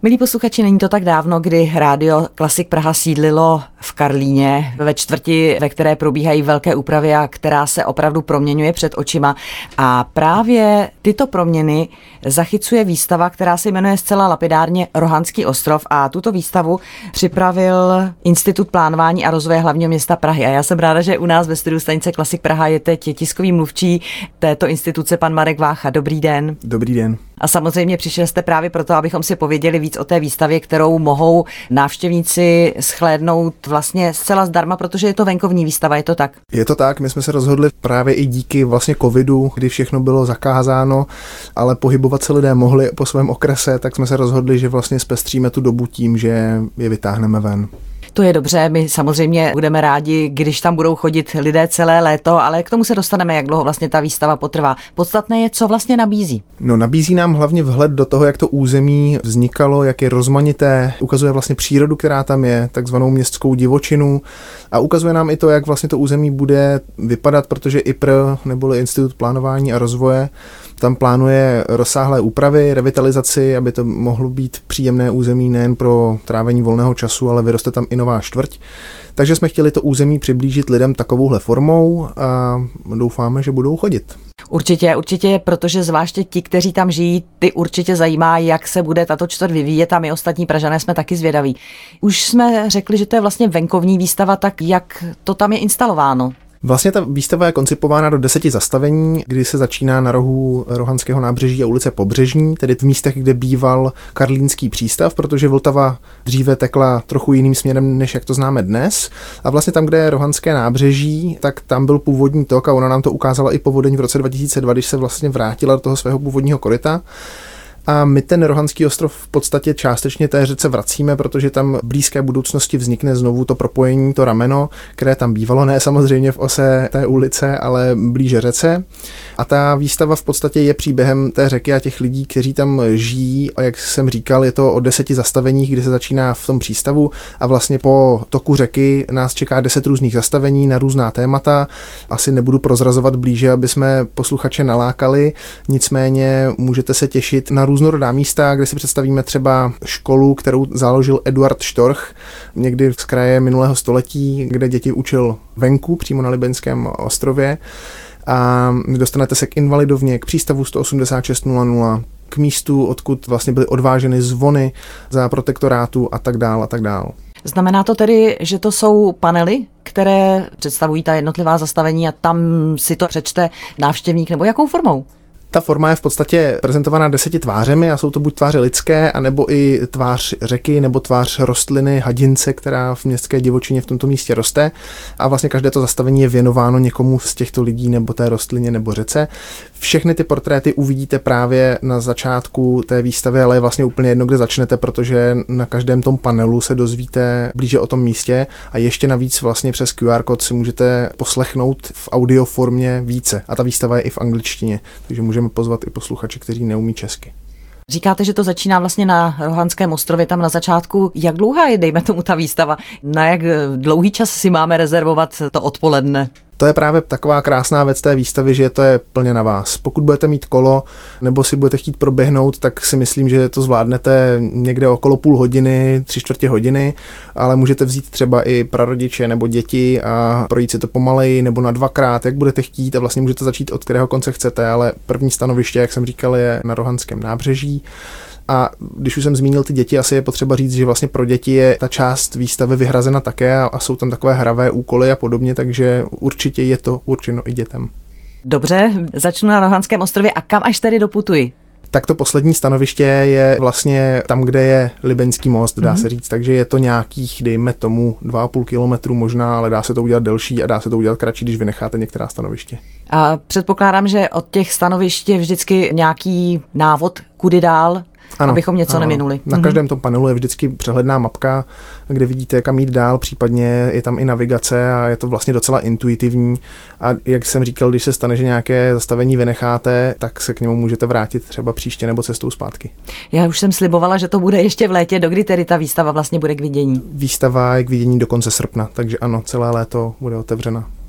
Milí posluchači, není to tak dávno, kdy Rádio Klasik Praha sídlilo v Karlíně, ve čtvrti, ve které probíhají velké úpravy a která se opravdu proměňuje před očima. A právě tyto proměny zachycuje výstava, která se jmenuje zcela lapidárně Rohanský ostrov, a tuto výstavu připravil Institut plánování a rozvoje hlavního města Prahy. A já jsem ráda, že u nás ve studiu stanice Klasik Praha je teď tiskový mluvčí této instituce, pan Marek Vácha. Dobrý den. Dobrý den. A samozřejmě přišel jste právě proto, abychom si pověděli víc o té výstavě, kterou mohou návštěvníci shlédnout vlastně zcela zdarma, protože je to venkovní výstava, je to tak? Je to tak, my jsme se rozhodli právě i díky vlastně covidu, kdy všechno bylo zakázáno, ale pohybovat se lidé mohli po svém okrese, tak jsme se rozhodli, že vlastně zpestříme tu dobu tím, že je vytáhneme ven. To je dobře, my samozřejmě budeme rádi, když tam budou chodit lidé celé léto, ale k tomu se dostaneme, jak dlouho vlastně ta výstava potrvá. Podstatné je, co vlastně nabízí. No, nabízí nám hlavně vhled do toho, jak to území vznikalo, jak je rozmanité, ukazuje vlastně přírodu, která tam je, takzvanou městskou divočinu, a ukazuje nám i to, jak vlastně to území bude vypadat, protože IPR, neboli Institut plánování a rozvoje, tam plánuje rozsáhlé úpravy, revitalizaci, aby to mohlo být příjemné území nejen pro trávení volného času, ale vyroste tam i nová čtvrť. Takže jsme chtěli to území přiblížit lidem takovouhle formou a doufáme, že budou chodit. Určitě, protože zvláště ti, kteří tam žijí, ty určitě zajímá, jak se bude tato čtvrť vyvíjet, a my ostatní Pražané jsme taky zvědaví. Už jsme řekli, že to je vlastně venkovní výstava, tak jak to tam je instalováno? Vlastně ta výstava je koncipována do 10 zastavení, kdy se začíná na rohu Rohanského nábřeží a ulice Pobřežní, tedy v místech, kde býval karlínský přístav, protože Vltava dříve tekla trochu jiným směrem, než jak to známe dnes. A vlastně tam, kde je Rohanské nábřeží, tak tam byl původní tok a ona nám to ukázala i povodeň v roce 2002, když se vlastně vrátila do toho svého původního koryta. A my ten Rohanský ostrov v podstatě částečně té řece vracíme, protože tam v blízké budoucnosti vznikne znovu to propojení, to rameno, které tam bývalo, ne samozřejmě v ose té ulice, ale blíže řece. A ta výstava v podstatě je příběhem té řeky a těch lidí, kteří tam žijí, a jak jsem říkal, je to o 10 zastaveních, kdy se začíná v tom přístavu a vlastně po toku řeky nás čeká 10 různých zastavení na různá témata. Asi nebudu prozrazovat blíže, aby jsme posluchače nalákali, nicméně můžete se těšit na různorodá místa, kde si představíme třeba školu, kterou založil Eduard Štorch někdy z kraje minulého století, kde děti učil venku, přímo na Libeňském ostrově. A dostanete se k invalidovně, k přístavu 18600, k místu, odkud vlastně byly odváženy zvony za protektorátu a tak dál a tak dál. Znamená to tedy, že to jsou panely, které představují ta jednotlivá zastavení a tam si to přečte návštěvník, nebo jakou formou? Ta forma je v podstatě prezentovaná 10 tvářemi a jsou to buď tváře lidské, anebo i tvář řeky, nebo tvář rostliny, hadince, která v městské divočině v tomto místě roste. A vlastně každé to zastavení je věnováno někomu z těchto lidí, nebo té rostlině, nebo řece. Všechny ty portréty uvidíte právě na začátku té výstavy, ale je vlastně úplně jedno, kde začnete, protože na každém tom panelu se dozvíte blíže o tom místě a ještě navíc vlastně přes QR kód si můžete poslechnout v audio formě více. A ta výstava je i v angličtině, takže můžeme pozvat i posluchače, kteří neumí česky. Říkáte, že to začíná vlastně na Rohanském ostrově, tam na začátku. Jak dlouhá je, dejme tomu, ta výstava? Na jak dlouhý čas si máme rezervovat to odpoledne? To je právě taková krásná věc té výstavy, že to je plně na vás. Pokud budete mít kolo nebo si budete chtít proběhnout, tak si myslím, že to zvládnete někde okolo půl hodiny, 3/4 hodiny, ale můžete vzít třeba i prarodiče nebo děti a projít si to pomaleji nebo na 2krát, jak budete chtít, a vlastně můžete začít od kterého konce chcete, ale první stanoviště, jak jsem říkal, je na Rohanském nábřeží. A když už jsem zmínil ty děti, asi je potřeba říct, že vlastně pro děti je ta část výstavy vyhrazena také a jsou tam takové hravé úkoly a podobně, takže určitě je to určeno i dětem. Dobře, začnu na Rohanském ostrově a kam až tedy doputuji? Tak to poslední stanoviště je vlastně tam, kde je Libeňský most, dá se říct, takže je to nějakých, dejme tomu, 2,5 kilometru možná, ale dá se to udělat delší a dá se to udělat kratší, když vynecháte některá stanoviště. A předpokládám, že od těch stanovišť je vždycky nějaký návod, kudy dál, abychom něco neminuli. Na každém tom panelu je vždycky přehledná mapka, kde vidíte, kam jít dál, případně je tam i navigace a je to vlastně docela intuitivní. A jak jsem říkal, když se stane, že nějaké zastavení vynecháte, tak se k němu můžete vrátit třeba příště nebo cestou zpátky. Já už jsem slibovala, že to bude ještě v létě. Dokdy tedy ta výstava vlastně bude k vidění? Výstava je k vidění do konce srpna, takže ano, celé léto bude otevřena.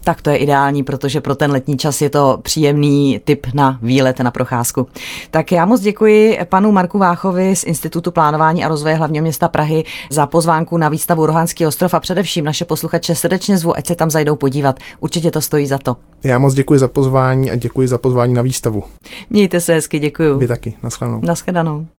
Tak to je ideální, protože pro ten letní čas je to příjemný tip na výlet, na procházku. Tak já moc děkuji panu Marku Váchovi z Institutu plánování a rozvoje hlavního města Prahy za pozvánku na výstavu Rohanský ostrov a především naše posluchače srdečně zvu, ať se tam zajdou podívat. Určitě to stojí za to. Já moc děkuji za pozvání a děkuji za pozvání na výstavu. Mějte se hezky, děkuju. Vy taky, naschledanou. Naschledanou.